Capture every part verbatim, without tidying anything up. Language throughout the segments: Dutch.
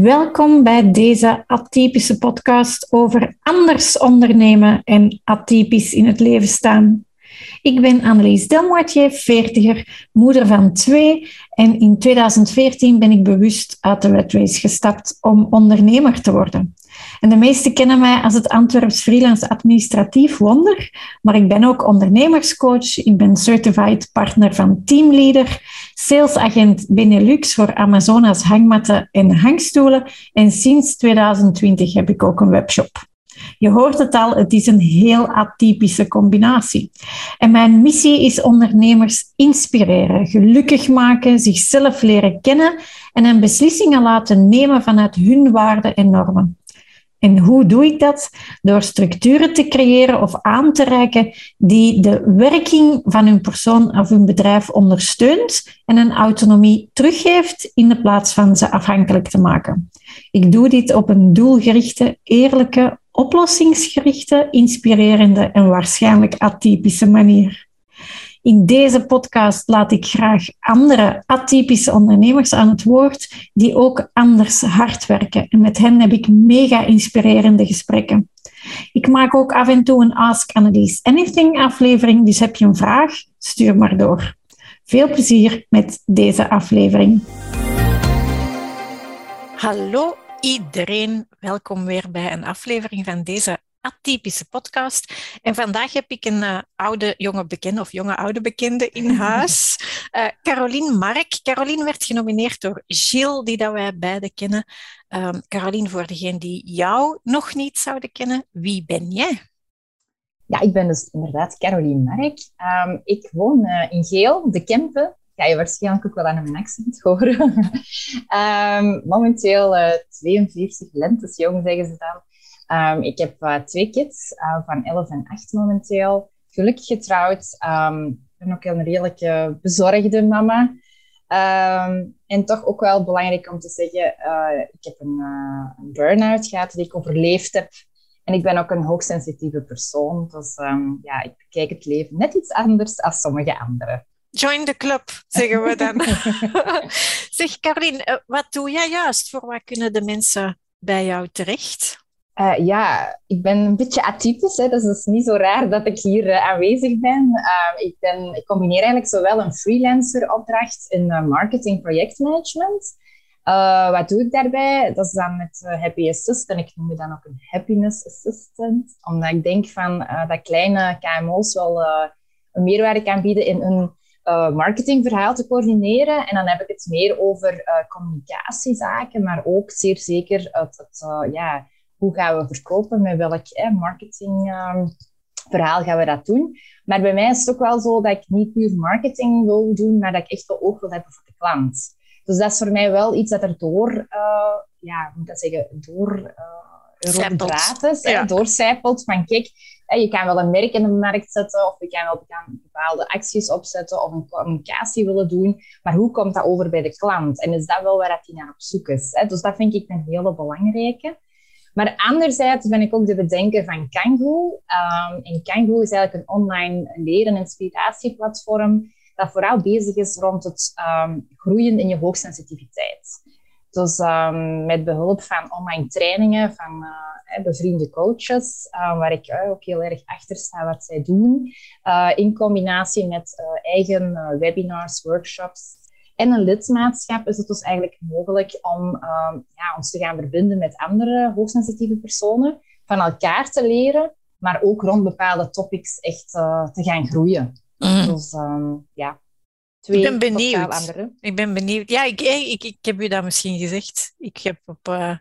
Welkom bij deze atypische podcast over anders ondernemen en atypisch in het leven staan. Ik ben Annelies Delmoitier, veertiger, moeder van twee en in tweeduizend veertien ben ik bewust uit de rat race gestapt om ondernemer te worden. En de meesten kennen mij als het Antwerps freelance administratief wonder, maar ik ben ook ondernemerscoach, ik ben certified partner van Teamleader, salesagent Benelux voor Amazonas hangmatten en hangstoelen en sinds tweeduizend twintig heb ik ook een webshop. Je hoort het al, het is een heel atypische combinatie. En mijn missie is ondernemers inspireren, gelukkig maken, zichzelf leren kennen en hen beslissingen laten nemen vanuit hun waarden en normen. En hoe doe ik dat? Door structuren te creëren of aan te reiken die de werking van hun persoon of hun bedrijf ondersteunt en een autonomie teruggeeft in de plaats van ze afhankelijk te maken. Ik doe dit op een doelgerichte, eerlijke, oplossingsgerichte, inspirerende en waarschijnlijk atypische manier. In deze podcast laat ik graag andere atypische ondernemers aan het woord die ook anders hard werken. En met hen heb ik mega inspirerende gesprekken. Ik maak ook af en toe een Ask Annelies Anything aflevering, dus heb je een vraag, stuur maar door. Veel plezier met deze aflevering. Hallo iedereen, welkom weer bij een aflevering van deze atypische podcast. En vandaag heb ik een uh, oude jonge bekende of jonge oude bekende in huis. Uh, Caroline Mark. Caroline werd genomineerd door Gilles, die dat wij beiden kennen. Um, Caroline, voor degenen die jou nog niet zouden kennen, wie ben jij? Ja, ik ben dus inderdaad Caroline Mark. Um, ik woon uh, in Geel, de Kempen. Ga je waarschijnlijk ook wel aan mijn accent horen. um, momenteel uh, tweeënveertig lentes jong, zeggen ze dan. Um, ik heb uh, twee kids uh, van elf en acht momenteel. Gelukkig getrouwd. Um, ik ben ook een redelijk uh, bezorgde mama. Um, en toch ook wel belangrijk om te zeggen, uh, ik heb een, uh, een burn-out gehad die ik overleefd heb. En ik ben ook een hoogsensitieve persoon. Dus um, ja, ik bekijk het leven net iets anders dan sommige anderen. Join the club, zeggen we dan. Zeg Caroline, wat doe jij juist? Voor wat kunnen de mensen bij jou terecht? Uh, ja, ik ben een beetje atypisch, hè, dus het is niet zo raar dat ik hier uh, aanwezig ben. Uh, ik ben. Ik combineer eigenlijk zowel een freelancer-opdracht in uh, marketing projectmanagement. Uh, wat doe ik daarbij? Dat is dan met uh, Happy Assistant. Ik noem me dan ook een Happiness Assistant. Omdat ik denk van, uh, dat kleine K M O's wel uh, een meerwaarde kan bieden in een uh, marketingverhaal te coördineren. En dan heb ik het meer over uh, communicatiezaken, maar ook zeer zeker het... het uh, ja, hoe gaan we verkopen? Met welk eh, marketingverhaal um, gaan we dat doen? Maar bij mij is het ook wel zo dat ik niet puur marketing wil doen, maar dat ik echt wel oog wil hebben voor de klant. Dus dat is voor mij wel iets dat er door, uh, ja, hoe moet dat zeggen, door uh, draad is, ja. doorcijpelt. Van kijk, eh, je kan wel een merk in de markt zetten, of je kan wel kan bepaalde acties opzetten, of een communicatie willen doen. Maar hoe komt dat over bij de klant? En is dat wel waar hij naar op zoek is? Hè? Dus dat vind ik een hele belangrijke. Maar anderzijds ben ik ook de bedenker van Kangoo. Um, en Kangoo is eigenlijk een online leren- en inspiratieplatform dat vooral bezig is rond het um, groeien in je hoogsensitiviteit. Dus um, met behulp van online trainingen van uh, bevriende coaches, uh, waar ik uh, ook heel erg achter sta wat zij doen, uh, in combinatie met uh, eigen uh, webinars, workshops. En een lidmaatschap is het dus eigenlijk mogelijk om um, ja, ons te gaan verbinden met andere hoogsensitieve personen, van elkaar te leren, maar ook rond bepaalde topics echt uh, te gaan groeien. Mm. Dus um, ja, twee ik ben benieuwd. andere. Ik ben benieuwd. Ja, ik, ik, ik heb u dat misschien gezegd. Ik heb op uh,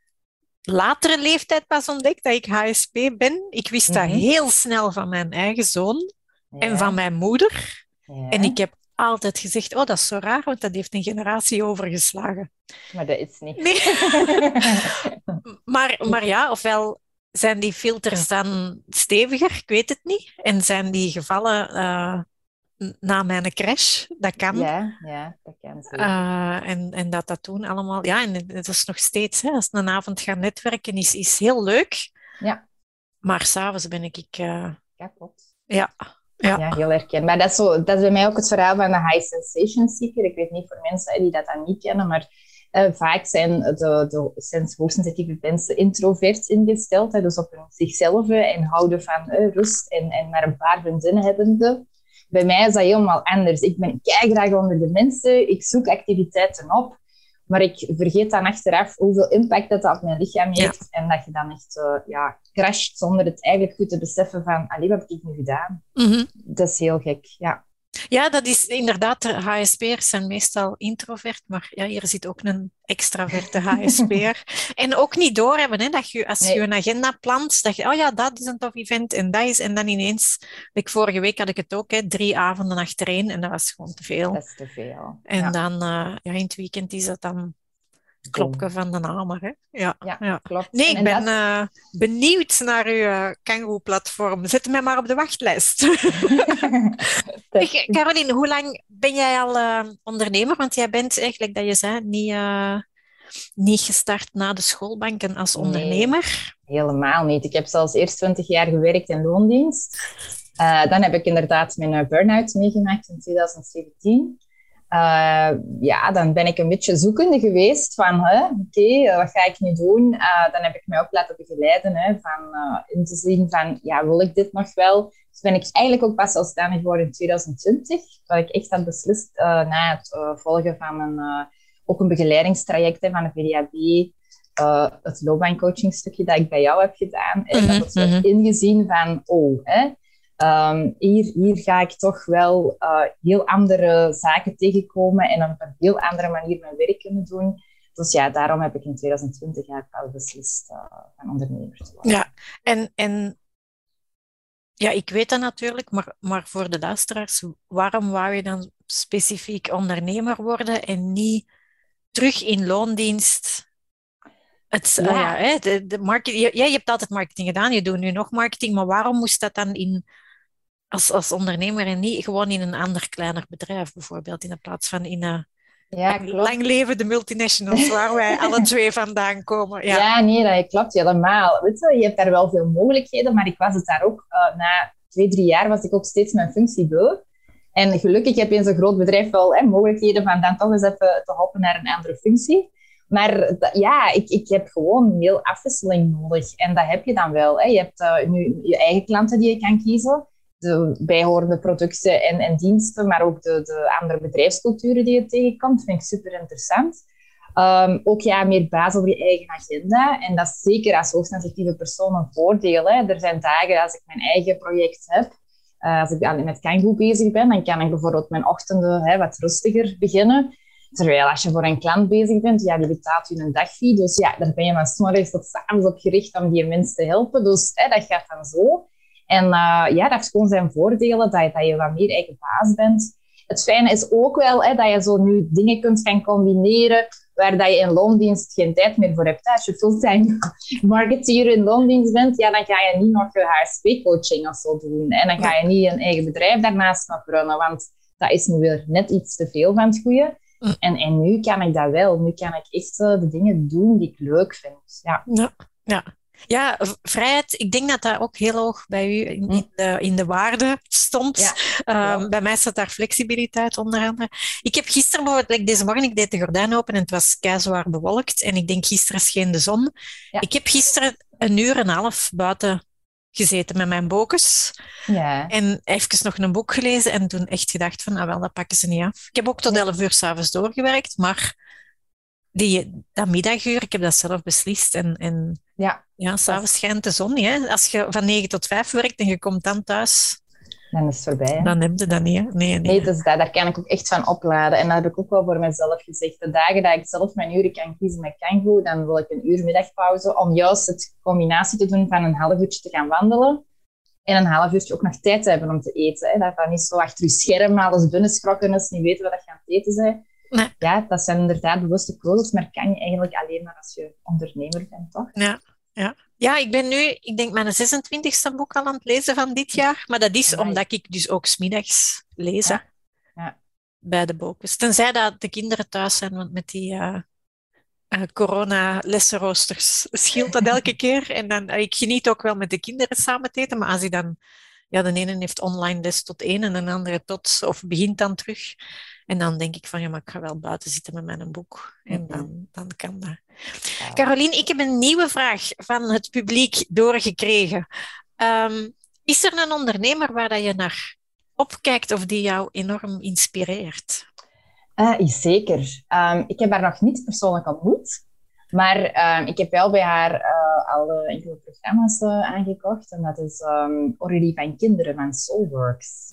latere leeftijd pas ontdekt dat ik H S P ben. Ik wist mm-hmm. dat heel snel van mijn eigen zoon ja. en van mijn moeder. Ja. En ik heb altijd gezegd, oh, dat is zo raar, want dat heeft een generatie overgeslagen. Maar dat is niet. Nee. maar, maar ja, ofwel zijn die filters dan steviger, ik weet het niet. En zijn die gevallen uh, na mijn crash, dat kan. Ja, ja dat kan zo. Uh, en, en dat dat toen allemaal... Ja, en dat is nog steeds, hè, als een avond gaan netwerken is, is heel leuk. Ja. Maar s'avonds ben ik... Uh, Kapot. Ja. Ja. ja, heel herkenbaar. Dat is, zo, dat is bij mij ook het verhaal van de high sensation seeker. Ik weet niet voor mensen die dat dan niet kennen, maar Uh, vaak zijn de, de sens- hoogsensitieve mensen introvert ingesteld, hè, dus op hun zichzelf en houden van uh, rust en, en maar een paar vriendinnen hebbende. Bij mij is dat helemaal anders. Ik ben keigraag onder de mensen, ik zoek activiteiten op, maar ik vergeet dan achteraf hoeveel impact dat, dat op mijn lichaam heeft ja. en dat je dan echt uh, ja, crasht zonder het eigenlijk goed te beseffen van, allee, wat heb ik nu gedaan? Mm-hmm. Dat is heel gek, ja. Ja, dat is inderdaad, de H S P'ers zijn meestal introvert, maar ja, hier zit ook een extraverte H S P'er. En ook niet doorhebben, hè, dat je als nee. je een agenda plant, dat je, oh ja, dat is een tof event en dat is, en dan ineens, like vorige week had ik het ook, hè, drie avonden achtereen en dat was gewoon te veel. Dat is te veel. En ja. dan, uh, ja, in het weekend is dat dan het klopje van de hamer, hè. Ja, ja, ja. klopt. Nee, ik en ben dat... uh, benieuwd naar uw uh, Kangoo-platform. Zet mij maar op de wachtlijst. Zeg, Caroline, hoe lang ben jij al uh, ondernemer? Want jij bent eigenlijk, dat je zei, niet, uh, niet gestart na de schoolbanken als ondernemer. Nee, helemaal niet. Ik heb zelfs eerst twintig jaar gewerkt in loondienst. Uh, dan heb ik inderdaad mijn uh, burn-out meegemaakt in twintig zeventien. Uh, ja, dan ben ik een beetje zoekende geweest van, oké, okay, uh, wat ga ik nu doen? Uh, dan heb ik mij ook laten begeleiden, hè, van uh, in te zien van, ja, wil ik dit nog wel? Dus ben ik eigenlijk ook pas zelfstandig geworden in twintig twintig, dat ik echt had beslist uh, na het uh, volgen van een, uh, ook een begeleidingstraject hè, van de V D A B, uh, het loopbaancoachingstukje dat ik bij jou heb gedaan. En mm-hmm, dat heb ik ingezien van, oh, hè, Um, hier, hier ga ik toch wel uh, heel andere zaken tegenkomen en op een heel andere manier mijn werk kunnen doen. Dus ja, daarom heb ik in twintig twintig jaar wel beslist uh, van ondernemer te worden. Ja, en, en ja, ik weet dat natuurlijk, maar, maar voor de luisteraars, waarom wou je dan specifiek ondernemer worden en niet terug in loondienst? Het, ja. Uh, ja, hè, de, de marketing, jij je hebt altijd marketing gedaan, je doet nu nog marketing, maar waarom moest dat dan in, als, als ondernemer en niet gewoon in een ander kleiner bedrijf bijvoorbeeld, in plaats van in een ja, lang, lang leven de multinationals waar wij alle twee vandaan komen. Ja, ja nee, dat klopt helemaal. Weet je, je hebt daar wel veel mogelijkheden, maar ik was het daar ook, uh, na twee, drie jaar was ik ook steeds mijn functie beu. En gelukkig heb je in zo'n groot bedrijf wel hè, mogelijkheden van dan toch eens even te hoppen naar een andere functie. Maar ja, ik, ik heb gewoon heel afwisseling nodig. En dat heb je dan wel. Hè. Je hebt uh, nu je eigen klanten die je kan kiezen. De bijhorende producten en, en diensten. Maar ook de, de andere bedrijfsculturen die je tegenkomt. Vind ik super interessant. Um, ook ja, meer basis op je eigen agenda. En dat is zeker als hoogsensitieve persoon een voordeel. Hè. Er zijn dagen als ik mijn eigen project heb. Uh, als ik met Kangoo bezig ben, dan kan ik bijvoorbeeld mijn ochtenden hè, wat rustiger beginnen. Terwijl als je voor een klant bezig bent, ja, die betaalt je een dagfee. Dus ja, daar ben je van 's morgens tot 's avonds op gericht om die mensen te helpen. Dus hè, dat gaat dan zo. En uh, ja, dat heeft gewoon zijn voordelen, dat je, dat je wat meer eigen baas bent. Het fijne is ook wel hè, dat je zo nu dingen kunt gaan combineren waar dat je in loondienst geen tijd meer voor hebt. Als je fulltime marketeer in loondienst bent, ja, dan ga je niet nog H S P-coaching of zo doen. En dan ga je niet een eigen bedrijf daarnaast nog runnen, want dat is nu weer net iets te veel van het goede. En, en nu kan ik dat wel. Nu kan ik echt uh, de dingen doen die ik leuk vind. Ja, ja, ja. ja vrijheid. Ik denk dat dat ook heel hoog bij u in, in, de, in de waarde stond. Ja, um, ja. Bij mij staat daar flexibiliteit onder andere. Ik heb gisteren bijvoorbeeld, deze morgen, ik deed de gordijn open en het was keizwaar bewolkt. En ik denk, gisteren scheen de zon. Ja. Ik heb gisteren een uur en een half buiten gezeten met mijn bokens. Ja. En even nog een boek gelezen en toen echt gedacht van, ah wel, dat pakken ze niet af. Ik heb ook tot elf uur 's avonds doorgewerkt, maar die, dat middaguur, ik heb dat zelf beslist. En, en ja, ja 's avonds schijnt de zon niet. Hè? Als je van negen tot vijf werkt en je komt dan thuis, dan is het voorbij. Hè? Dan heb je dat niet. Hè? Nee, nee. nee dus dat, daar kan ik ook echt van opladen. En dat heb ik ook wel voor mezelf gezegd. De dagen dat ik zelf mijn uren kan kiezen met Kangoo, dan wil ik een uur middagpauze om juist het combinatie te doen van een half uurtje te gaan wandelen en een half uurtje ook nog tijd te hebben om te eten. Hè? Dat dan niet zo achter je scherm alles binnenschrokken is, niet weten wat je aan het eten bent. Nee. Ja, dat zijn inderdaad bewuste keuzes, maar kan je eigenlijk alleen maar als je ondernemer bent, toch? Ja, ja. Ja, ik ben nu, ik denk mijn zesentwintigste boek al aan het lezen van dit jaar. Maar dat is ja, omdat ik dus ook 's middags lees ja. Ja. bij de bokens. Tenzij dat de kinderen thuis zijn, want met die uh, uh, corona-lessenroosters scheelt dat elke keer. En dan, uh, ik geniet ook wel met de kinderen samen te eten, maar als ik dan ja, de ene heeft online les tot één en de andere tot, of begint dan terug. En dan denk ik van, ja, maar ik ga wel buiten zitten met mijn boek. En Mhm. dan, dan kan dat. Ja. Carolien, ik heb een nieuwe vraag van het publiek doorgekregen. Um, is er een ondernemer waar dat je naar opkijkt of die jou enorm inspireert? Uh, zeker. Um, ik heb haar nog niet persoonlijk ontmoet. Maar um, ik heb wel bij haar uh, al uh, enkele programma's uh, aangekocht. En dat is um, Aurélie van Kinderen van Soulworks.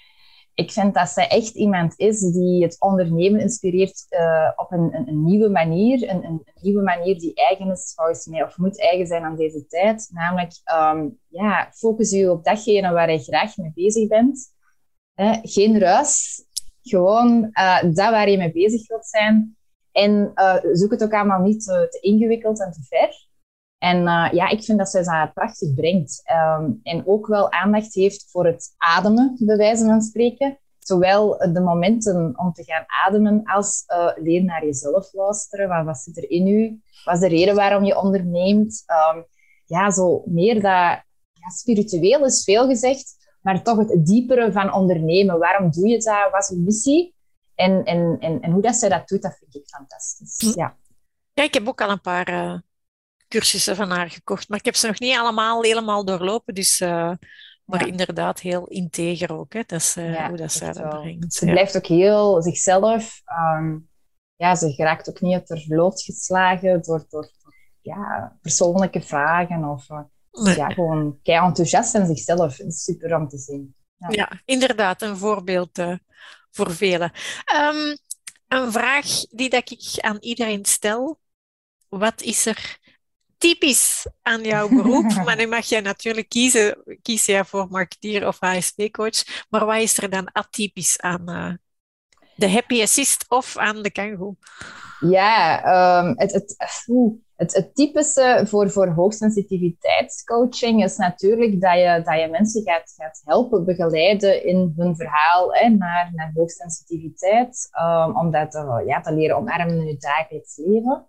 Ik vind dat zij echt iemand is die het ondernemen inspireert uh, op een, een, een nieuwe manier. Een, een, een nieuwe manier die eigen is, volgens mij, of moet eigen zijn aan deze tijd. Namelijk, um, ja, focus je op datgene waar je graag mee bezig bent. Uh, geen ruis. Gewoon uh, dat waar je mee bezig wilt zijn. En uh, zoek het ook allemaal niet te, te ingewikkeld en te ver. En uh, ja, ik vind dat zij dat prachtig brengt. Um, en ook wel aandacht heeft voor het ademen, bij wijze van spreken. Zowel de momenten om te gaan ademen, als uh, leren naar jezelf luisteren. Wat, wat zit er in u? Wat is de reden waarom je onderneemt? Um, ja, zo meer dat... Ja, spiritueel is veel gezegd, maar toch het diepere van ondernemen. Waarom doe je dat? Wat is je missie? En, en, en, en hoe dat zij dat doet, dat vind ik fantastisch. Ja, ja ik heb ook al een paar uh, cursussen van haar gekocht, maar ik heb ze nog niet allemaal helemaal doorlopen. Dus, uh, maar ja. inderdaad heel integer ook. Hè? Dat is uh, ja, hoe dat zij dat brengt. Ze ja. blijft ook heel zichzelf. Um, ja, ze geraakt ook niet uit haar lood geslagen door, door, door ja, persoonlijke vragen. Of uh, nee. ja, gewoon kei enthousiast en zichzelf. Het is super om te zien. Ja, ja inderdaad. Een voorbeeld uh, voor velen. Um, een vraag die dat ik aan iedereen stel. Wat is er typisch aan jouw beroep? Maar nu mag jij natuurlijk kiezen. Kies jij voor marketeer of H S P-coach. Maar wat is er dan atypisch aan uh, de Happy Assist of aan de Kangoo? Ja, um, het, het, uh, het, het typische voor, voor hoogsensitiviteitscoaching is natuurlijk dat je, dat je mensen gaat, gaat helpen, begeleiden in hun verhaal hè, naar, naar hoogsensitiviteit. Um, om dat uh, ja, te leren omarmen in je dagelijks leven.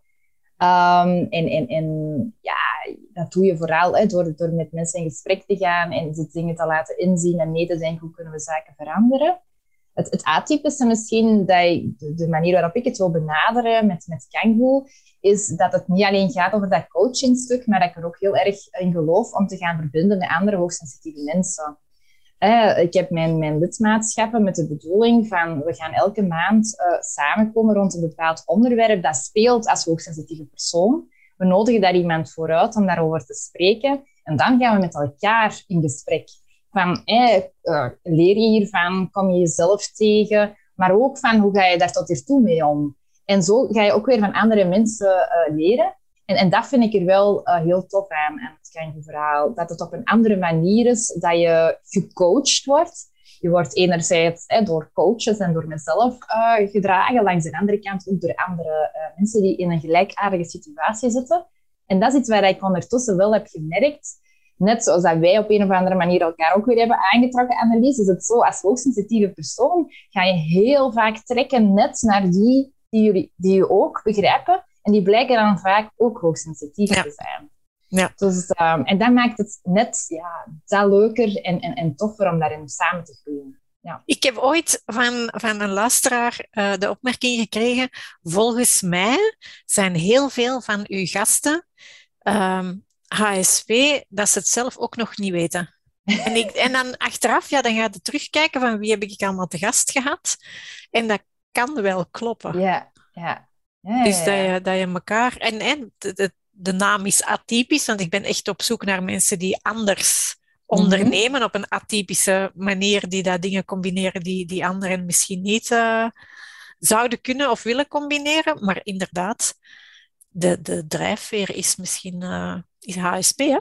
Um, en, en, en ja, dat doe je vooral hè, door, door met mensen in gesprek te gaan en ze dingen te laten inzien en mee te denken hoe kunnen we zaken veranderen. Het, het atypische misschien, dat je, de, de manier waarop ik het wil benaderen met, met Kangoo, is dat het niet alleen gaat over dat coachingstuk, maar dat ik er ook heel erg in geloof om te gaan verbinden met andere hoogsensitieve mensen. Eh, ik heb mijn, mijn lidmaatschappen met de bedoeling van we gaan elke maand uh, samenkomen rond een bepaald onderwerp dat speelt als hoogsensitieve persoon. We nodigen daar iemand vooruit om daarover te spreken en dan gaan we met elkaar in gesprek. Van, eh, uh, leer je hiervan, kom je jezelf tegen, maar ook van hoe ga je daar tot hiertoe mee om. En zo ga je ook weer van andere mensen uh, leren. En, en dat vind ik er wel uh, heel tof aan, aan het Kangoo-verhaal. Dat het op een andere manier is dat je gecoacht wordt. Je wordt enerzijds eh, door coaches en door mezelf uh, gedragen, langs de andere kant ook door andere uh, mensen die in een gelijkaardige situatie zitten. En dat is iets waar ik ondertussen wel heb gemerkt. Net zoals dat wij op een of andere manier elkaar ook weer hebben aangetrokken, Annelies, is het zo, als hoogsensitieve persoon ga je heel vaak trekken net naar die die, jullie, die je ook begrijpen. En die blijken dan vaak ook hoogsensitief ja. te zijn. Ja. Dus, um, en dat maakt het net ja, dat leuker en, en, en toffer om daarin samen te groeien. Ja. Ik heb ooit van, van een luisteraar uh, de opmerking gekregen, volgens mij zijn heel veel van uw gasten um, H S P, dat ze het zelf ook nog niet weten. En, ik, en dan achteraf, ja, dan gaat het terugkijken van wie heb ik allemaal te gast gehad. En dat kan wel kloppen. Ja, ja. Ja, ja, dus ja. dat je, dat je elkaar... En, en de, de, de naam is atypisch, want ik ben echt op zoek naar mensen die anders ondernemen, mm-hmm. op een atypische manier, die dat dingen combineren die, die anderen misschien niet uh, zouden kunnen of willen combineren. Maar inderdaad, de, de drijfveer is misschien uh, is H S P, hè?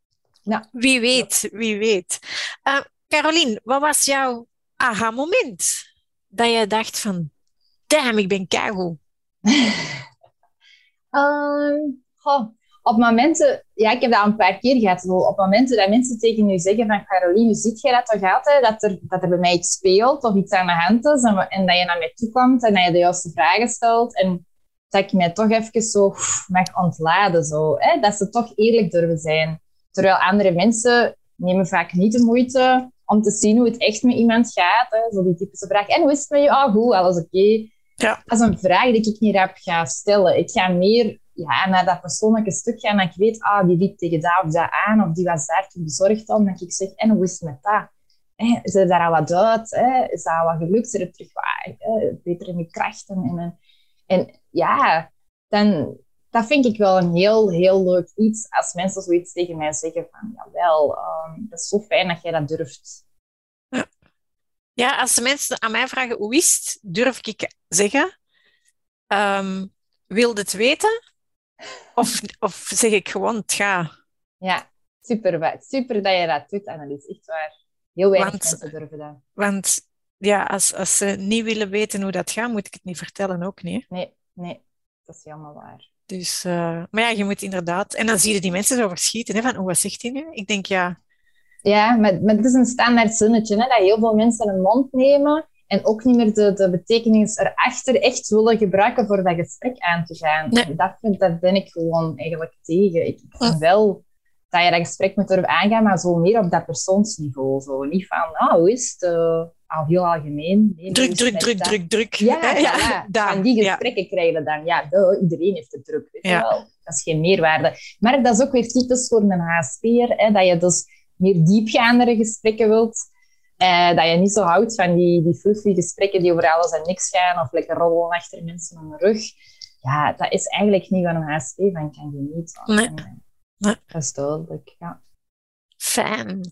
Ja. Wie weet, wie weet. Uh, Carolien, wat was jouw aha-moment? Dat je dacht van, damn, ik ben keigoed. um, oh, op momenten, ja, ik heb dat een paar keer gehad. Zo, op momenten dat mensen tegen je zeggen van Carolien, ziet jij dat toch altijd? Dat er, dat er bij mij iets speelt of iets aan de hand is en, en dat je naar mij toe komt en dat je de juiste vragen stelt en dat ik mij toch even zo pff, mag ontladen. Zo, hè? Dat ze toch eerlijk durven zijn. Terwijl andere mensen nemen vaak niet de moeite om te zien hoe het echt met iemand gaat. Hè. Zo die typische vraag. En hoe is het met je? Ah, goed, alles oké. Okay. Ja. Dat is een vraag die ik niet rap ga stellen. Ik ga meer ja, naar dat persoonlijke stuk gaan. Dat ik weet, ah, die liep tegen dat of dat aan. Of die was daar toen bezorgd om. Dat ik zeg, en hoe is het met dat? Eh, is er daar al wat uit? Eh? Is dat al wat gelukt? Is er terug wat, eh, beter in je krachten? En, en, en ja, dan... Dat vind ik wel een heel, heel leuk iets als mensen zoiets tegen mij zeggen van, jawel, um, dat is zo fijn dat jij dat durft. Ja. Ja, als de mensen aan mij vragen hoe is het, durf ik zeggen, um, wil je het weten? Of, of zeg ik gewoon, het gaat. Ja, super, super dat je dat doet, Annelies. Echt waar. Heel weinig Want, mensen durven dat. Want ja, als, als ze niet willen weten hoe dat gaat, moet ik het niet vertellen ook niet. Nee, nee, dat is helemaal waar. Dus, uh, maar ja, je moet inderdaad... En dan zie je die mensen zo verschieten, hè, van, oh, wat zegt hij nu? Ik denk, ja... Ja, maar, maar het is een standaard zinnetje, hè, dat heel veel mensen een mond nemen en ook niet meer de, de betekenis erachter echt willen gebruiken voor dat gesprek aan te gaan. Nee. En dat, vind, dat ben ik gewoon eigenlijk tegen. Ik vind wel dat je dat gesprek moet durven aangaan, maar zo meer op dat persoonsniveau. Zo. Niet van, ah, hoe is het? Uh, al heel algemeen. Nee, druk, druk, druk, dat. druk, druk. Ja, ja, ja. Daar, van die gesprekken ja. krijg je dan. Ja, duh, iedereen heeft het druk. Weet je Ja. wel. Dat is geen meerwaarde. Maar dat is ook weer typisch voor een H S P'er, hè, dat je dus meer diepgaandere gesprekken wilt. Eh, dat je niet zo houdt van die, die fluffy gesprekken die over alles en niks gaan of lekker rollen achter mensen aan de rug. Ja, dat is eigenlijk niet van een H S P van kan je niet. Nee. Nee. Dat is duidelijk, ja. Fijn.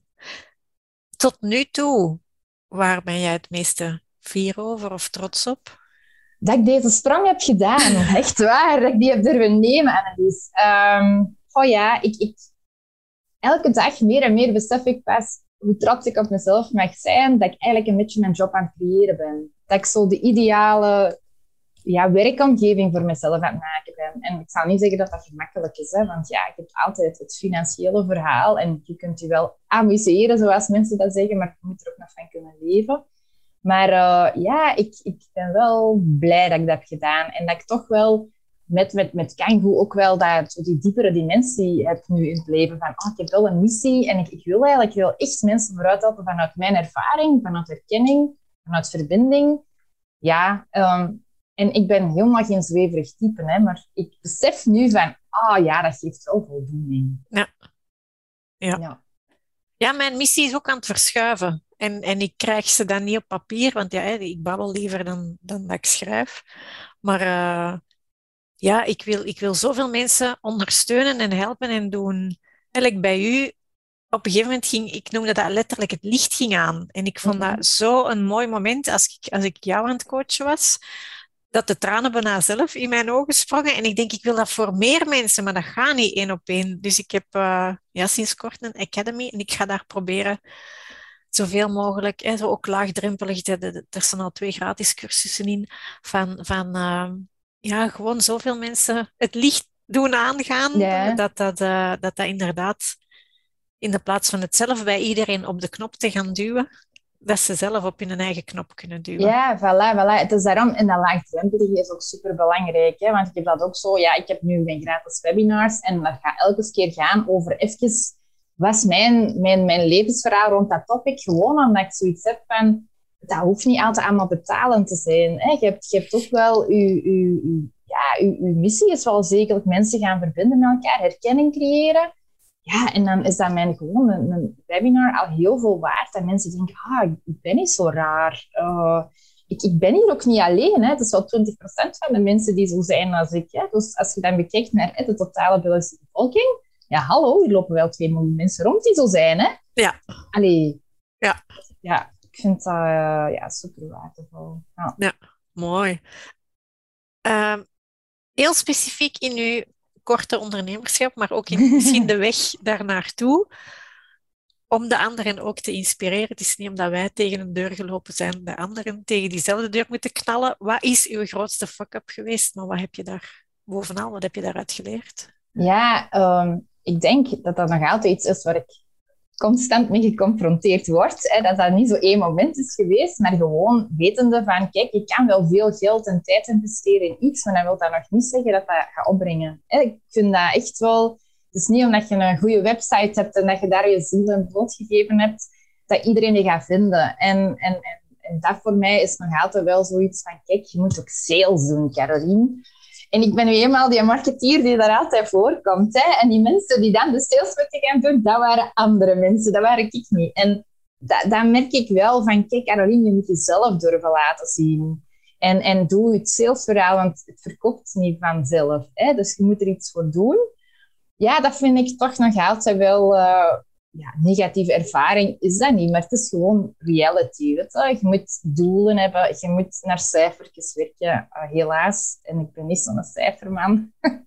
Tot nu toe, waar ben jij het meeste fier over of trots op? Dat ik deze sprong heb gedaan. Echt waar, dat ik die heb durven nemen, Annelies. Um, oh ja, ik, ik... elke dag meer en meer besef ik pas hoe trots ik op mezelf mag zijn, dat ik eigenlijk een beetje mijn job aan het creëren ben. Dat ik zo de ideale ja, werkomgeving voor mezelf aan het maken ben. En ik zal niet zeggen dat dat gemakkelijk is, hè, want ja, je hebt altijd het financiële verhaal en je kunt je wel amuseren, zoals mensen dat zeggen, maar je moet er ook nog van kunnen leven. Maar uh, ja, ik, ik ben wel blij dat ik dat heb gedaan en dat ik toch wel met, met, met Kangoo ook wel dat, zo die diepere dimensie heb nu in het leven. Van, oh, ik heb wel een missie en ik, ik wil eigenlijk heel echt mensen vooruit helpen vanuit mijn ervaring, vanuit herkenning, vanuit verbinding. Ja, um, en ik ben helemaal geen zweverig type, hè, maar ik besef nu van, ah oh, ja, dat geeft wel voldoening. Ja. Ja. Ja. Ja, mijn missie is ook aan het verschuiven. En, en ik krijg ze dan niet op papier, want ja, ik babbel liever dan, dan dat ik schrijf. Maar uh, ja, ik wil, ik wil zoveel mensen ondersteunen en helpen en doen. Eigenlijk bij u, op een gegeven moment ging, ik noemde dat letterlijk, het licht ging aan. En ik vond Mm-hmm. dat zo een mooi moment als ik, als ik jou aan het coachen was, dat de tranen bijna zelf in mijn ogen sprongen. En ik denk, ik wil dat voor meer mensen, maar dat gaat niet één op één. Dus ik heb uh, ja, sinds kort een academy en ik ga daar proberen zoveel mogelijk, hè, zo ook laagdrempelig, de, de, er zijn al twee gratis cursussen in, van, van uh, ja, gewoon zoveel mensen het licht doen aangaan, Ja. dat, dat, uh, dat dat inderdaad, in de plaats van het zelf bij iedereen op de knop te gaan duwen, dat ze zelf op hun eigen knop kunnen duwen. Ja, voilà, voilà. Het is daarom, en dat laagdrempelige is ook super belangrijk, hè? Want ik heb dat ook zo, ja, ik heb nu mijn gratis webinars en dat gaat elke keer gaan over even, was mijn, mijn, mijn levensverhaal rond dat topic, gewoon omdat ik zoiets heb van, dat hoeft niet altijd allemaal betalend te zijn. Hè? Je hebt, je hebt ook wel, je, je, je, ja, je, je missie is wel zeker mensen gaan verbinden met elkaar, herkenning creëren. Ja, en dan is dat mijn, gewoon een, een webinar al heel veel waard. Dat mensen denken, ah, ik ben niet zo raar. Uh, ik, ik ben hier ook niet alleen. Hè. Het is wel twintig procent van de mensen die zo zijn als ik. Hè. Dus als je dan bekijkt naar hè, de totale Belgische bevolking, ja, hallo, hier lopen wel twee miljoen mensen rond die zo zijn. Hè. Ja. Allee. Ja. Ja, ik vind dat uh, ja, super waardevol. Ja, ja mooi. Uh, heel specifiek in uw korte ondernemerschap, maar ook in misschien de weg daar naartoe, om de anderen ook te inspireren. Het is niet omdat wij tegen een deur gelopen zijn, de anderen tegen diezelfde deur moeten knallen. Wat is uw grootste fuck-up geweest? Maar wat heb je daar bovenal, wat heb je daaruit geleerd? Ja, um, ik denk dat dat nog altijd iets is waar ik constant mee geconfronteerd wordt. Hè, dat dat niet zo één moment is geweest, maar gewoon wetende van, kijk, je kan wel veel geld en tijd investeren in iets, maar dan wil dat nog niet zeggen dat dat gaat opbrengen. Hè, ik vind dat echt wel... Het is niet omdat je een goede website hebt en dat je daar je ziel en bloot gegeven hebt, dat iedereen je gaat vinden. En, en, en, en dat voor mij is nog altijd wel zoiets van, kijk, je moet ook sales doen, Caroline. En ik ben nu eenmaal die marketeer die daar altijd voorkomt. Hè? En die mensen die dan de sales moeten gaan doen, dat waren andere mensen. Dat waren ik niet. En dat, dat merk ik wel van, kijk Caroline, je moet jezelf durven laten zien. En, en doe het salesverhaal, want het verkoopt niet vanzelf. Hè? Dus je moet er iets voor doen. Ja, dat vind ik toch nog altijd wel... Uh, ja, negatieve ervaring is dat niet, maar het is gewoon reality. Weet je? Je moet doelen hebben, je moet naar cijfertjes werken. Uh, helaas, en ik ben niet zo'n cijferman.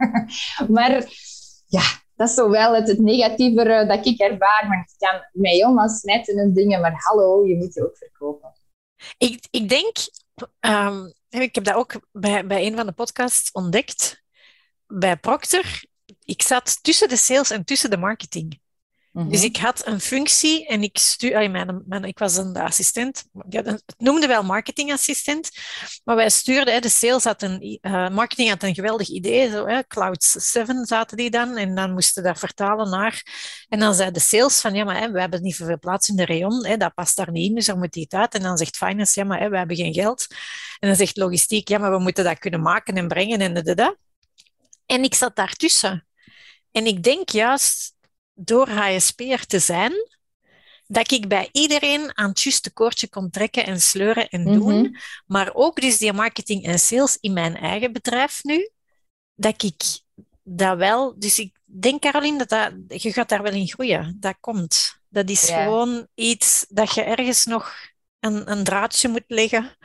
Maar ja, dat is zo wel het, het negatieve dat ik ervaar. Maar je kan mij helemaal smijten en dingen, maar hallo, je moet je ook verkopen. Ik, ik denk, um, ik heb dat ook bij, bij een van de podcasts ontdekt, bij Procter. Ik zat tussen de sales en tussen de marketing. Mm-hmm. Dus ik had een functie en ik, stuur, mijn, mijn, ik was een assistent. Het noemde wel marketingassistent, maar wij stuurden, hè, de sales had een, uh, marketing had een geweldig idee. Zo, hè, Cloud zeven zaten die dan en dan moesten we dat vertalen naar... En dan zei de sales van, ja, maar hè, we hebben niet zoveel plaats in de rayon, hè, dat past daar niet in, dus er moet iets uit. En dan zegt finance, ja, maar hè, we hebben geen geld. En dan zegt logistiek, ja, maar we moeten dat kunnen maken en brengen en da, da, da. En ik zat daartussen. En ik denk juist... door H S P'er te zijn, dat ik bij iedereen aan het juiste koordje kon trekken en sleuren en doen. Mm-hmm. Maar ook dus die marketing en sales in mijn eigen bedrijf nu, dat ik dat wel... Dus ik denk, Caroline, dat, dat je gaat daar wel in groeien. Dat komt. Dat is yeah. gewoon iets dat je ergens nog een, een draadje moet leggen.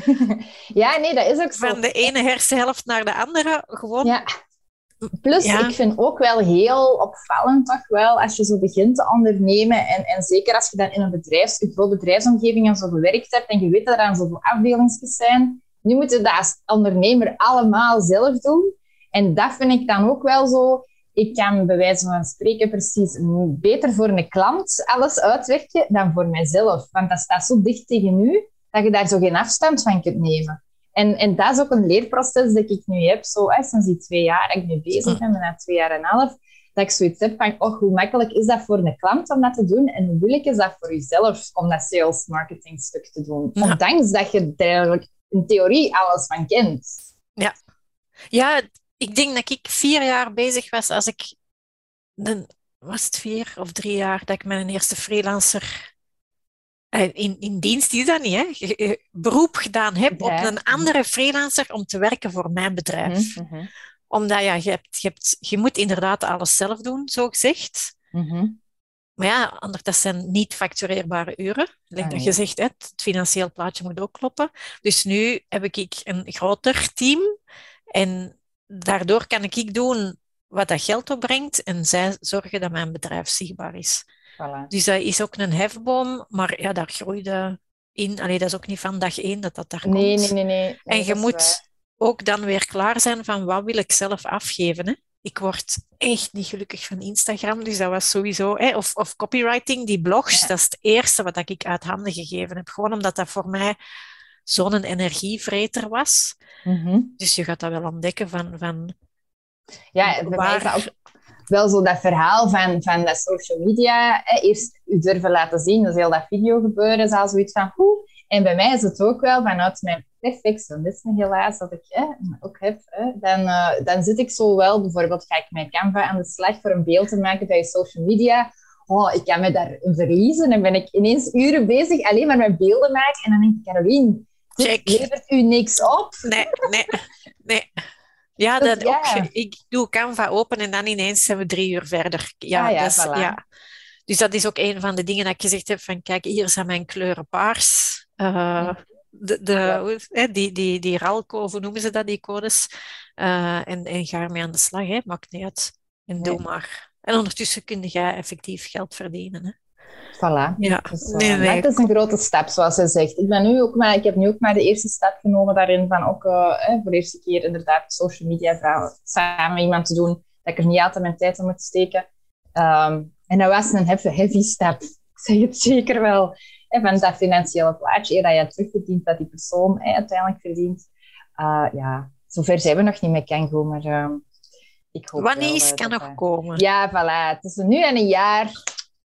Ja, nee, dat is ook zo. Van de ene hersenhelft naar de andere. Gewoon... Ja. Plus, ja. Ik vind ook wel heel opvallend toch wel, als je zo begint te ondernemen en, en zeker als je dan in een, bedrijfs, een groot bedrijfsomgeving en zo gewerkt hebt en je weet dat er aan zoveel afdelingsjes zijn, nu moet je dat als ondernemer allemaal zelf doen. En dat vind ik dan ook wel zo. Ik kan bij wijze van spreken precies beter voor een klant alles uitwerken dan voor mijzelf. Want dat staat zo dicht tegen u, dat je daar zo geen afstand van kunt nemen. En, en dat is ook een leerproces dat ik nu heb, zo, hè, sinds die twee jaar dat ik nu bezig ben, bijna twee jaar en een half, dat ik zoiets heb van, oh, hoe makkelijk is dat voor een klant om dat te doen en hoe moeilijk is dat voor jezelf om dat sales marketing stuk te doen. Ja. Ondanks dat je er in theorie alles van kent. Ja. Ja, ik denk dat ik vier jaar bezig was als ik, was het vier of drie jaar, dat ik mijn eerste freelancer... In, in dienst is dat niet, hè? Beroep gedaan heb op een andere freelancer om te werken voor mijn bedrijf. Mm-hmm. Omdat ja, je, hebt, je, hebt, je moet inderdaad alles zelf doen, zo gezegd. Mm-hmm. Maar ja, anders, dat zijn niet factureerbare uren. Like ah, dat je zegt, hè, het financieel plaatje moet ook kloppen. Dus nu heb ik een groter team en daardoor kan ik doen wat dat geld opbrengt en zij zorgen dat mijn bedrijf zichtbaar is. Voilà. Dus dat is ook een hefboom, maar ja, daar groeide in. Allee, dat is ook niet van dag één dat dat daar nee, komt. Nee, nee, nee. En je moet waar. Ook dan weer klaar zijn van wat wil ik zelf afgeven. Hè? Ik word echt niet gelukkig van Instagram, dus dat was sowieso... Hè? Of, of copywriting, die blogs, ja. Dat is het eerste wat ik uit handen gegeven heb. Gewoon omdat dat voor mij zo'n energievreter was. Mm-hmm. Dus je gaat dat wel ontdekken van... van ja, bij waar... mij is dat ook... Wel zo dat verhaal van, van dat social media. Hè, eerst u durven laten zien, dus heel dat video gebeuren, is al zoiets van hoe. En bij mij is het ook wel vanuit mijn perfectionisme helaas, dat ik hè, ook heb. Hè, dan, uh, dan zit ik zo wel, bijvoorbeeld ga ik met Canva aan de slag voor een beeld te maken bij social media. Oh, ik kan me daarin verliezen. Dan ben ik ineens uren bezig alleen maar met beelden maken. En dan denk ik, Caroline, dit levert u niks op. Nee, nee, nee. Ja, dat dus, ja. Ook, ik doe Canva open en dan ineens zijn we drie uur verder. Ja, ah, ja, dus, voilà. Ja. Dus dat is ook een van de dingen dat ik gezegd heb van kijk, hier zijn mijn kleuren paars. Uh, de, de, ja. die, die, die ralco, hoe noemen ze dat, die codes? Uh, en, en ga ermee aan de slag, hè. Maakt niet uit. En nee. Doe maar. En ondertussen kun je effectief geld verdienen. Hè. Voilà. Ja. Dus, uh, nee, nee. Dat is een grote stap, zoals ze zegt. Ik, ben nu ook maar, ik heb nu ook maar de eerste stap genomen daarin van ook uh, eh, voor de eerste keer inderdaad social media vrouwen, samen met iemand te doen, dat ik er niet altijd mijn tijd in moet steken. Um, en dat was een heavy, heavy stap. Ik zeg het zeker wel. En van dat financiële plaatje, eer dat je terugverdient, dat die persoon eh, uiteindelijk verdient. Uh, ja, zover zijn we nog niet met Kango, maar uh, ik hoop wanneer wel, uh, kan dat, nog komen? Ja, voilà. Tussen nu en een jaar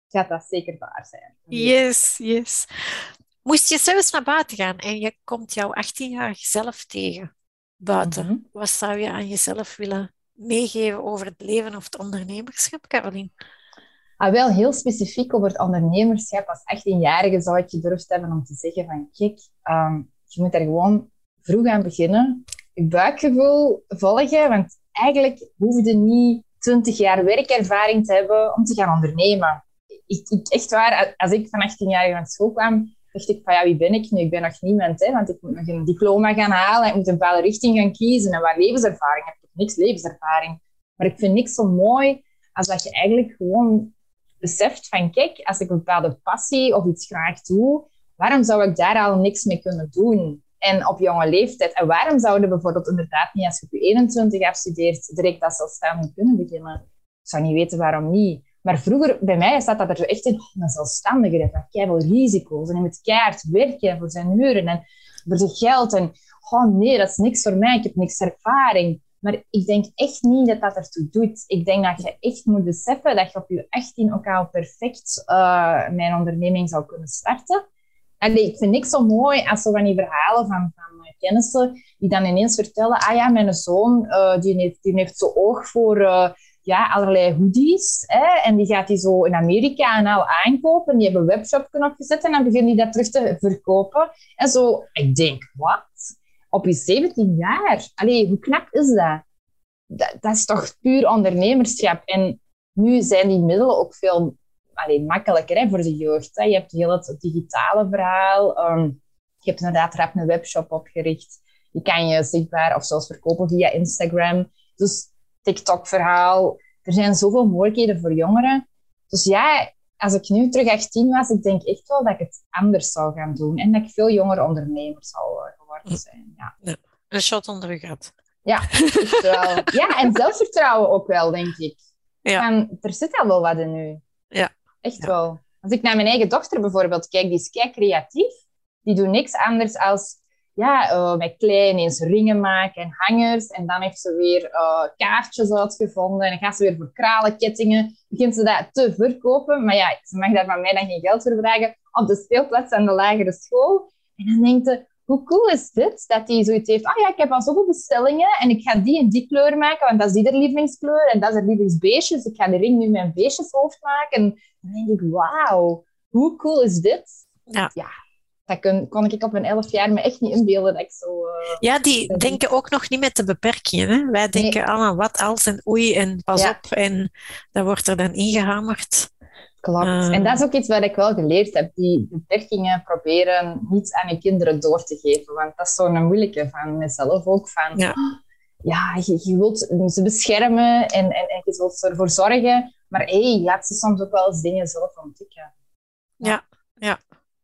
gaat dat zeker waar zijn. Yes, yes. Moest je zelfs naar buiten gaan en je komt jouw achttienjarige zelf tegen buiten, Mm-hmm. wat zou je aan jezelf willen meegeven over het leven of het ondernemerschap, Caroline? Ah, wel heel specifiek over het ondernemerschap. Als achttienjarige zou ik gedurfd hebben om te zeggen van kijk, um, je moet er gewoon vroeg aan beginnen. Je buikgevoel volgen, want eigenlijk hoef je niet twintig jaar werkervaring te hebben om te gaan ondernemen. Ik, ik, echt waar, als ik van achttien jaar aan school kwam, dacht ik van ja, wie ben ik nu? Ik ben nog niemand, hè, want ik moet nog een diploma gaan halen. Ik moet een bepaalde richting gaan kiezen. En wat levenservaring heb ik? Niks levenservaring. Maar ik vind niks zo mooi als dat je eigenlijk gewoon beseft van kijk, als ik een bepaalde passie of iets graag doe, waarom zou ik daar al niks mee kunnen doen? En op jonge leeftijd. En waarom zouden bijvoorbeeld inderdaad niet, als je op je eenentwintig afstudeert, direct als zelfstandig kunnen beginnen? Ik zou niet weten waarom niet. Maar vroeger, bij mij staat dat er zo echt in, oh, een zelfstandige, dat heeft keiveel risico's. En je moet keihard werken voor zijn uren en voor zijn geld. En oh nee, dat is niks voor mij, ik heb niks ervaring. Maar ik denk echt niet dat dat ertoe doet. Ik denk dat je echt moet beseffen dat je op je achttien ook al perfect uh, mijn onderneming zou kunnen starten. Allee, ik vind niks zo mooi als zo van die verhalen van, van kennissen die dan ineens vertellen, ah ja, mijn zoon uh, die heeft, die heeft zo oog voor uh, ja, allerlei hoodies. Hè, en die gaat die zo in Amerika en al aankopen. Die hebben een webshop opgezet en dan beginnen die dat terug te verkopen. En zo, ik denk, wat? Op je zeventien jaar? Allee, hoe knap is dat? dat? Dat is toch puur ondernemerschap. En nu zijn die middelen ook veel allee, makkelijker hè, voor de jeugd. Hè. Je hebt heel het digitale verhaal. Um, je hebt inderdaad rap een webshop opgericht. Je kan je zichtbaar of zelfs verkopen via Instagram. Dus TikTok-verhaal. Er zijn zoveel mogelijkheden voor jongeren. Dus ja, als ik nu terug achttien was, ik denk echt wel dat ik het anders zou gaan doen. En dat ik veel jongere ondernemer zou uh, geworden zijn. Ja. Ja, een shot onder je gat. Ja, echt wel. Ja, en zelfvertrouwen ook wel, denk ik. Ja. En er zit al wel wat in nu. Ja. Echt Ja. wel. Als ik naar mijn eigen dochter bijvoorbeeld kijk, die is kei creatief. Die doet niks anders als ja, uh, met klei ineens ringen maken en hangers. En dan heeft ze weer uh, kaartjes uitgevonden. En dan gaat ze weer voor kralenkettingen. Begint ze dat te verkopen. Maar ja, ze mag daar van mij dan geen geld voor vragen. Op de speelplaats aan de lagere school. En dan denkt ze, hoe cool is dit? Dat hij zoiets heeft. Ah ja, ik heb al zoveel bestellingen. En ik ga die en die kleur maken. Want dat is ieder lievelingskleur. En dat is haar lievelingsbeestje. Dus ik ga de ring nu mijn beestjeshoofd maken. En dan denk ik, wauw. Hoe cool is dit? Ja. Ja. Dat kon, kon ik op mijn elf jaar me echt niet inbeelden dat ik zo... Uh, Ja, die denken ook nog niet met de beperkingen. Hè? Wij denken Nee. allemaal wat als en oei en pas Ja. op. En dat wordt er dan ingehamerd. Klopt. Uh. En dat is ook iets wat ik wel geleerd heb. Die beperkingen proberen niet aan je kinderen door te geven. Want dat is zo'n moeilijke van mezelf ook. Van, Ja. ja, je, je wilt ze beschermen en, en, en je wilt ervoor zorgen. Maar hey, laat ze soms ook wel eens dingen zelf ontdekken. Ja, ja.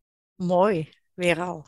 Mooi, weer al.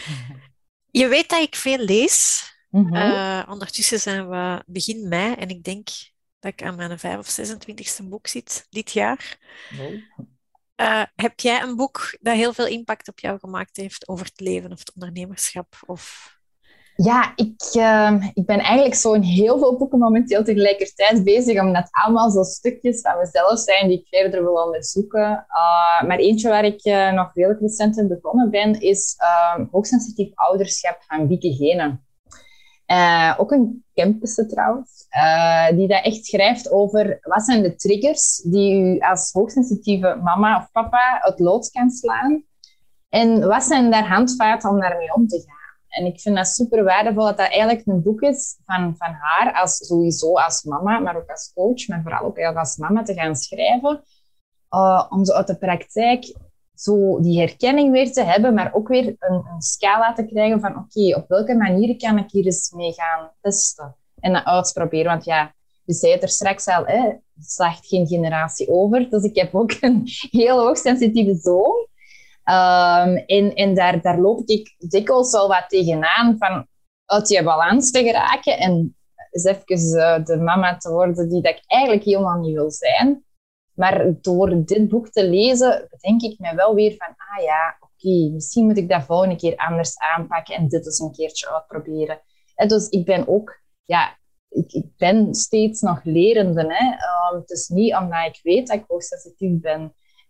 Je weet dat ik veel lees. Mm-hmm. Uh, ondertussen zijn we begin mei en ik denk dat ik aan mijn vijf of zesentwintigste boek zit dit jaar. Oh. Uh, heb jij een boek dat heel veel impact op jou gemaakt heeft over het leven of het ondernemerschap? Of... Ja, ik, uh, ik ben eigenlijk zo in heel veel boeken momenteel tegelijkertijd bezig, omdat het allemaal zo stukjes van mezelf zijn die ik verder wil onderzoeken. Uh, maar eentje waar ik uh, nog redelijk recent in begonnen ben, is uh, Hoogsensitief ouderschap van Bieke Gene. Uh, ook een campus trouwens, uh, die dat echt schrijft over wat zijn de triggers die u als hoogsensitieve mama of papa het lood kan slaan. En wat zijn daar handvaten om daarmee om te gaan. En ik vind dat super waardevol dat dat eigenlijk een boek is van, van haar, als, sowieso als mama, maar ook als coach, maar vooral ook als mama te gaan schrijven. Uh, om zo uit de praktijk zo die herkenning weer te hebben, maar ook weer een, een scala te krijgen van oké, okay, op welke manier kan ik hier eens mee gaan testen en dat uitproberen. Want ja, je zei het er straks al, hè, het slaagt geen generatie over. Dus ik heb ook een heel hoogsensitieve zoon. Um, en en daar, daar loop ik dikwijls wel wat tegenaan van uit je balans te geraken en eens even uh, de mama te worden die dat ik eigenlijk helemaal niet wil zijn. Maar door dit boek te lezen, denk ik me wel weer van, ah ja, oké, okay, misschien moet ik dat volgende keer anders aanpakken en dit eens een keertje uitproberen. En dus ik ben ook, ja, ik, ik ben steeds nog lerende. Hè. Um, het is niet omdat ik weet dat ik hoogsensitief ben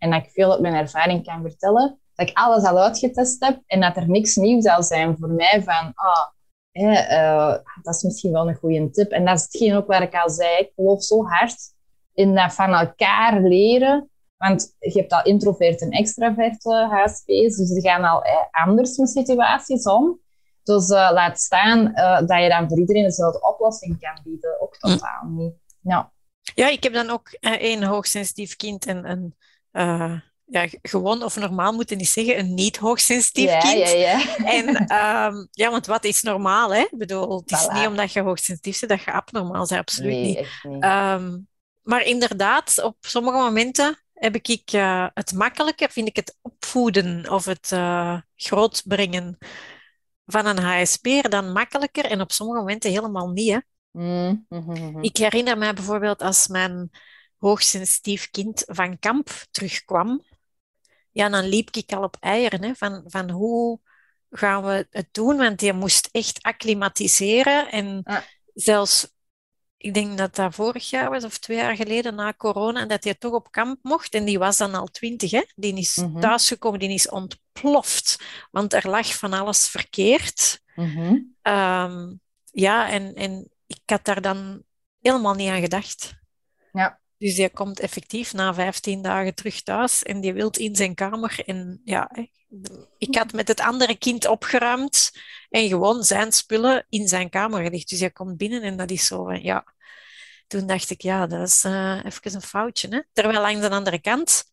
en dat ik veel uit mijn ervaring kan vertellen, dat ik alles al uitgetest heb en dat er niks nieuw zal zijn voor mij van, ah, hè, uh, dat is misschien wel een goede tip. En dat is hetgeen ook waar ik al zei, ik geloof zo hard in dat van elkaar leren. Want je hebt al introverte en extraverte H S P's, dus die gaan al eh, anders met situaties om. Dus uh, laat staan uh, dat je dan voor iedereen dezelfde oplossing kan bieden. Ook totaal niet. Ja, ja ik heb dan ook uh, één hoogsensitief kind en een... Uh... Ja, gewoon of normaal moeten niet zeggen, een niet hoogsensitief ja, kind. Ja, ja. En um, ja, want wat is normaal, hè? Ik bedoel, het is voilà. Niet omdat je hoogsensitief bent dat je abnormaal bent, absoluut nee, niet. Echt niet. Um, maar inderdaad, op sommige momenten heb ik uh, het makkelijker, vind ik het opvoeden of het uh, grootbrengen van een H S P'er dan makkelijker en op sommige momenten helemaal niet, hè? Mm, mm-hmm. Ik herinner mij bijvoorbeeld als mijn hoogsensitief kind van kamp terugkwam. Ja, dan liep ik al op eieren, hè, van, van hoe gaan we het doen? Want die moest echt acclimatiseren. En ja. zelfs, ik denk dat dat vorig jaar was, of twee jaar geleden, na corona, en dat hij toch op kamp mocht. En die was dan al twintig, hè. Die is mm-hmm. thuisgekomen, die is ontploft. Want er lag van alles verkeerd. Mm-hmm. Um, ja, en, en ik had daar dan helemaal niet aan gedacht. Ja. Dus die komt effectief na vijftien dagen terug thuis en die wil in zijn kamer. En ja, ik had met het andere kind opgeruimd en gewoon zijn spullen in zijn kamer gelegd. Dus hij komt binnen en dat is zo van, ja. Toen dacht ik, ja, dat is uh, even een foutje. Hè? Terwijl aan de andere kant,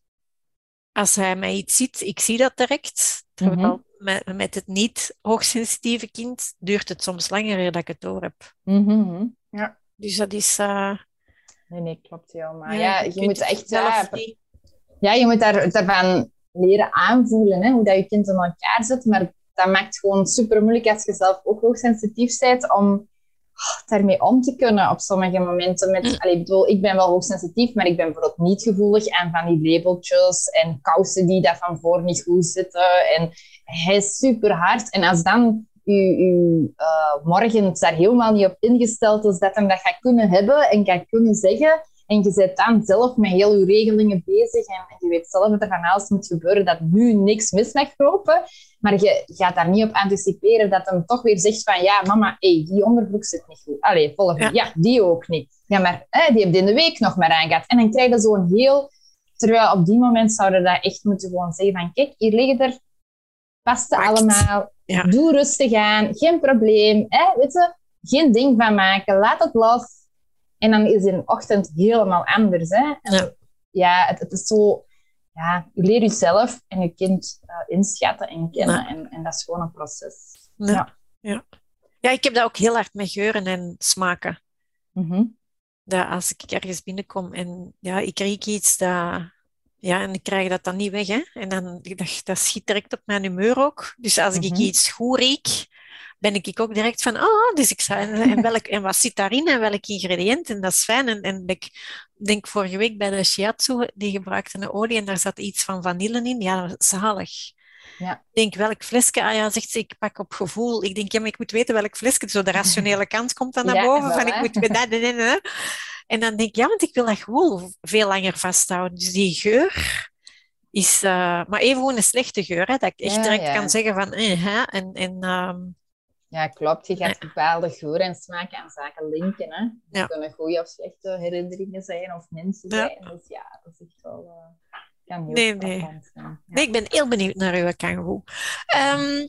als hij mij iets ziet, ik zie dat direct. Terwijl mm-hmm. met, met het niet hoogsensitieve kind duurt het soms langer dat ik het door heb. Mm-hmm. Ja. Dus dat is... Uh, Nee, nee, klopt helemaal. Ja, Ja, je je moet echt zelf ja, niet. Ja, je moet daar, daarvan leren aanvoelen, hè, hoe dat je kind in elkaar zit. Maar dat maakt gewoon super moeilijk als je zelf ook hoogsensitief bent om oh, daarmee om te kunnen op sommige momenten. Met, allee, ik bedoel, ik ben wel hoogsensitief, maar ik ben bijvoorbeeld niet gevoelig aan van die labeltjes en kousen die dat van voor niet goed zitten. En hij is super hard. En als dan je, je uh, morgen daar helemaal niet op ingesteld is dat hem dat gaat kunnen hebben en gaat kunnen zeggen. En je bent dan zelf met heel je regelingen bezig en je weet zelf dat er van alles moet gebeuren, dat nu niks mis mag lopen. Maar je gaat daar niet op anticiperen dat hem toch weer zegt van ja, mama, hey, die onderbroek zit niet goed. Allee, volgende. Ja. ja, die ook niet. Ja, maar hè, die heb je in de week nog maar aangehad. En dan krijg je zo'n heel... Terwijl op die moment zouden dat echt moeten gewoon zeggen van kijk, hier liggen er pasten allemaal. Ja. Doe rustig aan, geen probleem. Hè? Weet je, geen ding van maken, laat het los. En dan is in de ochtend helemaal anders. Hè? En ja, ja het, het is zo... Ja, je leert jezelf en je kind uh, inschatten en kennen. Ja. En, en dat is gewoon een proces. Ja. Ja. Ja. ja, ik heb dat ook heel hard met geuren en smaken. Mm-hmm. Dat als ik ergens binnenkom en ja, ik riek iets, dat, ja, en ik krijg dat dan niet weg. Hè? En dan, dat, dat schiet direct op mijn humeur ook. Dus als mm-hmm. ik iets goed riek, ben ik ook direct van, oh, dus ik zei, en, welk, en wat zit daarin en welk ingrediënt? En dat is fijn. En, en ik denk vorige week bij de shiatsu, die gebruikte een olie en daar zat iets van vanille in. Ja, dat was zalig. Ja. Ik denk, welk flesje? Ah ja, zegt ze, ik pak op gevoel. Ik denk, ja, maar ik moet weten welk flesje. Zo de rationele kant komt dan naar ja, boven. wel, Van, ik moet weten, dat, dat, dat. En dan denk ik, ja, want ik wil dat gevoel veel langer vasthouden. Dus die geur is... Uh, maar even gewoon een slechte geur, hè, dat ik echt ja, direct ja. kan zeggen van... Eh, hè, en... en um, Ja, klopt. Je gaat ja. bepaalde geuren en smaken aan zaken linken. Hè? Dat ja. kunnen goede of slechte herinneringen zijn of mensen zijn. Ja. Dus ja, dat is echt wel... Uh, kan heel nee, nee. zijn. Ja. nee, ik ben heel benieuwd naar uw kangoeroe. Um,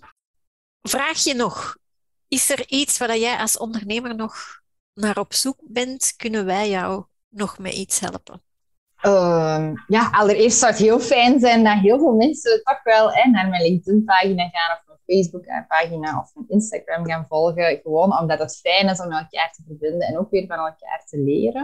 vraag je nog, is er iets waar jij als ondernemer nog naar op zoek bent? Kunnen wij jou nog met iets helpen? Uh, ja, allereerst zou het heel fijn zijn dat heel veel mensen toch wel hè, naar mijn LinkedIn-pagina gaan of Facebook-pagina of mijn Instagram gaan volgen. Gewoon omdat het fijn is om elkaar te verbinden en ook weer van elkaar te leren.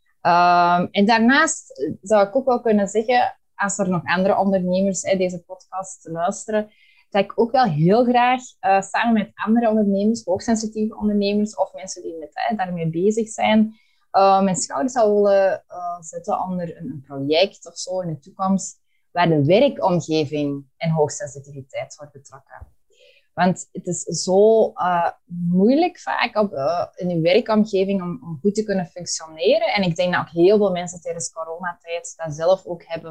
Um, en daarnaast zou ik ook wel kunnen zeggen, als er nog andere ondernemers hè, deze podcast luisteren, dat ik ook wel heel graag uh, samen met andere ondernemers, hoogsensitieve ondernemers of mensen die met, hè, daarmee bezig zijn, uh, mijn schouders zou willen uh, zetten onder een, een project of zo in de toekomst, waar de werkomgeving en hoogsensitiviteit wordt betrokken. Want het is zo uh, moeilijk vaak op, uh, in je werkomgeving om, om goed te kunnen functioneren. En ik denk dat ook heel veel mensen tijdens coronatijd dat zelf ook hebben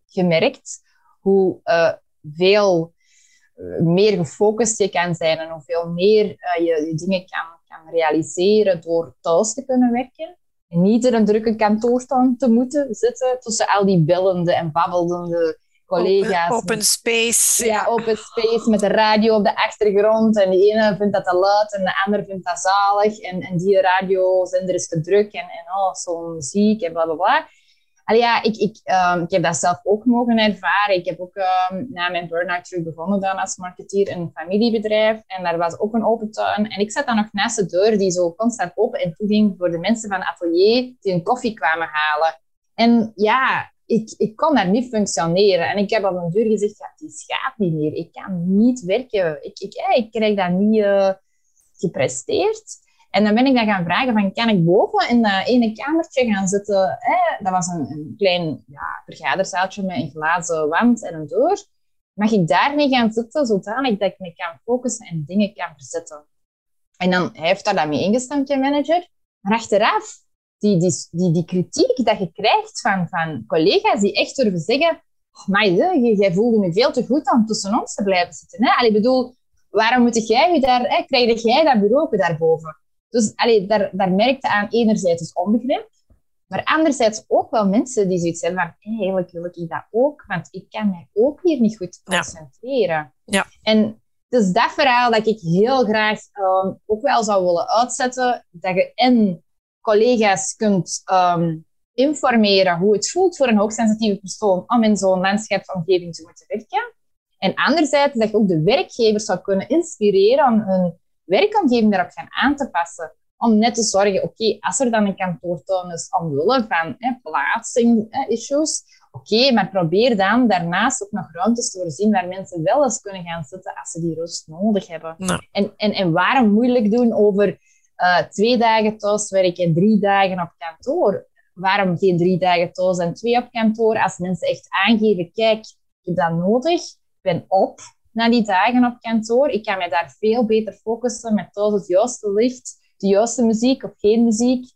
gemerkt hoe uh, veel uh, meer gefocust je kan zijn en hoeveel meer uh, je, je dingen kan, kan realiseren door thuis te kunnen werken. En niet in een drukke kantoortuin te moeten zitten tussen al die bellende en babbelende collega's. Open, open space. Ja, open space met de radio op de achtergrond. En de ene vindt dat te luid en de ander vindt dat zalig. En, en die radiozender is te druk en, en oh, zo'n muziek en blablabla. Bla, bla. Allee, ja, ik, ik, um, ik heb dat zelf ook mogen ervaren. Ik heb ook um, na mijn burn-out terug begonnen dan als marketeer in een familiebedrijf. En daar was ook een open tuin. En ik zat dan nog naast de deur die zo constant open en toe ging voor de mensen van het atelier die een koffie kwamen halen. En ja, ik, ik kon daar niet functioneren. En ik heb op mijn deur gezegd, ja, die gaat niet meer. Ik kan niet werken. Ik, ik, ja, ik krijg dat niet uh, gepresteerd. En dan ben ik dan gaan vragen van, kan ik boven in dat ene kamertje gaan zitten? Eh, dat was een, een klein ja, vergaderzaaltje met een glazen wand en een deur. Mag ik daarmee gaan zitten, zodanig dat ik me kan focussen en dingen kan verzetten? En dan hij heeft daar dan mee ingestemd, je manager. Maar achteraf, die, die, die, die kritiek dat je krijgt van, van collega's die echt durven zeggen, oh, maar jij, jij voelde me veel te goed om tussen ons te blijven zitten. Hè? Allee, bedoel, waarom moet jij je daar, hè, krijg jij dat bureau daarboven? Dus allee, daar, daar merkte aan enerzijds dus onbegrip, maar anderzijds ook wel mensen die zoiets hebben van, hey, eigenlijk wil ik dat ook, want ik kan mij ook hier niet goed concentreren. Ja. En dus dat verhaal dat ik heel graag um, ook wel zou willen uitzetten, dat je en collega's kunt um, informeren hoe het voelt voor een hoogsensitieve persoon om in zo'n landschapsomgeving te moeten werken. En anderzijds dat je ook de werkgevers zou kunnen inspireren om hun werkomgeving daarop gaan aan te passen. Om net te zorgen, oké, okay, als er dan een kantoortuin is omwille van eh, plaatsing-issues, eh, oké, okay, maar probeer dan daarnaast ook nog ruimtes te voorzien waar mensen wel eens kunnen gaan zitten als ze die rust nodig hebben. Nou. En, en, en waarom moeilijk doen over uh, twee dagen thuiswerken en drie dagen op kantoor? Waarom geen drie dagen thuis en twee op kantoor? Als mensen echt aangeven, kijk, ik heb dat nodig, ik ben op na die dagen op kantoor. Ik kan mij daar veel beter focussen met thuis het juiste licht, de juiste muziek of geen muziek.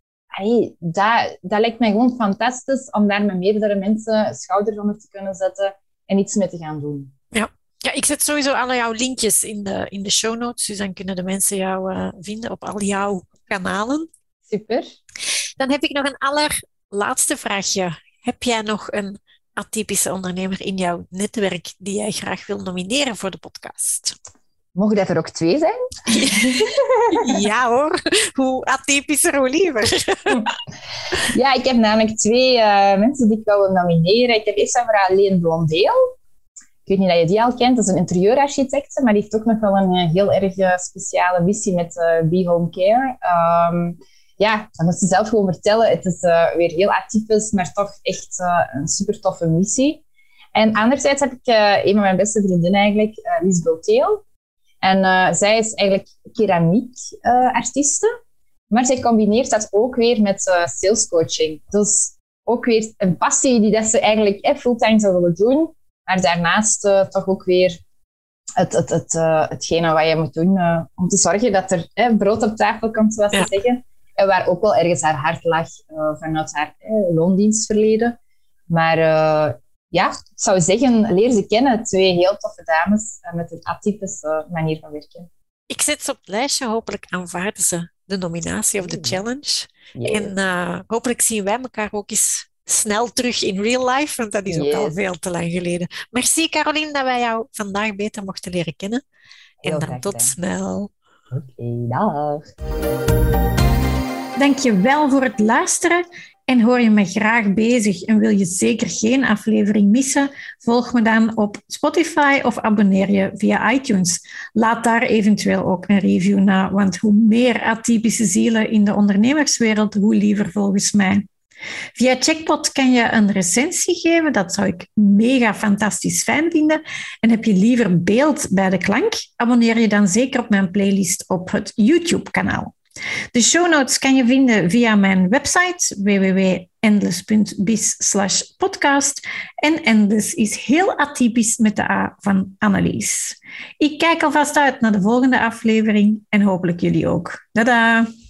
Hey, dat, dat lijkt mij gewoon fantastisch om daar met meerdere mensen schouders onder te kunnen zetten en iets mee te gaan doen. Ja. Ja, ik zet sowieso alle jouw linkjes in de, in de show notes, dus dan kunnen de mensen jou uh, vinden op al jouw kanalen. Super. Dan heb ik nog een allerlaatste vraagje. Heb jij nog een atypische ondernemer in jouw netwerk die jij graag wil nomineren voor de podcast? Mogen dat er ook twee zijn? Ja hoor, hoe atypischer, hoe liever. Ja, ik heb namelijk twee uh, mensen die ik wil nomineren. Ik heb eerst over Leen Blondeel. Ik weet niet of je die al kent, dat is een interieurarchitecte, maar die heeft ook nog wel een uh, heel erg uh, speciale missie met uh, Be Home Care. Um, ja, dat moet ze zelf gewoon vertellen. Het is uh, weer heel atypisch, maar toch echt uh, een super toffe missie. En anderzijds heb ik uh, een van mijn beste vriendinnen eigenlijk, uh, Lies Bulteel. En uh, zij is eigenlijk keramiek-artieste, uh, maar zij combineert dat ook weer met uh, salescoaching. Dus ook weer een passie die dat ze eigenlijk eh, fulltime zou willen doen, maar daarnaast uh, toch ook weer het, het, het, uh, hetgene wat je moet doen uh, om te zorgen dat er eh, brood op tafel komt, zoals ze ja. zeggen. En waar ook wel ergens haar hart lag uh, vanuit haar eh, loondienstverleden. Maar uh, ja, ik zou zeggen, leer ze kennen. Twee heel toffe dames uh, met een atypische uh, manier van werken. Ik zet ze op het lijstje. Hopelijk aanvaarden ze de nominatie of de challenge. Yes. En uh, hopelijk zien wij elkaar ook eens snel terug in real life, want dat is yes. ook al veel te lang geleden. Merci Caroline dat wij jou vandaag beter mochten leren kennen. Heel en dan tot snel. Oké, okay, dag. Dank je wel voor het luisteren. En hoor je me graag bezig en wil je zeker geen aflevering missen? Volg me dan op Spotify of abonneer je via iTunes. Laat daar eventueel ook een review na, want hoe meer atypische zielen in de ondernemerswereld, hoe liever volgens mij. Via Checkpot kan je een recensie geven, dat zou ik mega fantastisch fijn vinden. En heb je liever beeld bij de klank? Abonneer je dan zeker op mijn playlist op het YouTube-kanaal. De show notes kan je vinden via mijn website w w w punt endless punt biz slash podcast. En Endless is heel atypisch met de A van Annelies. Ik kijk alvast uit naar de volgende aflevering en hopelijk jullie ook. Tada!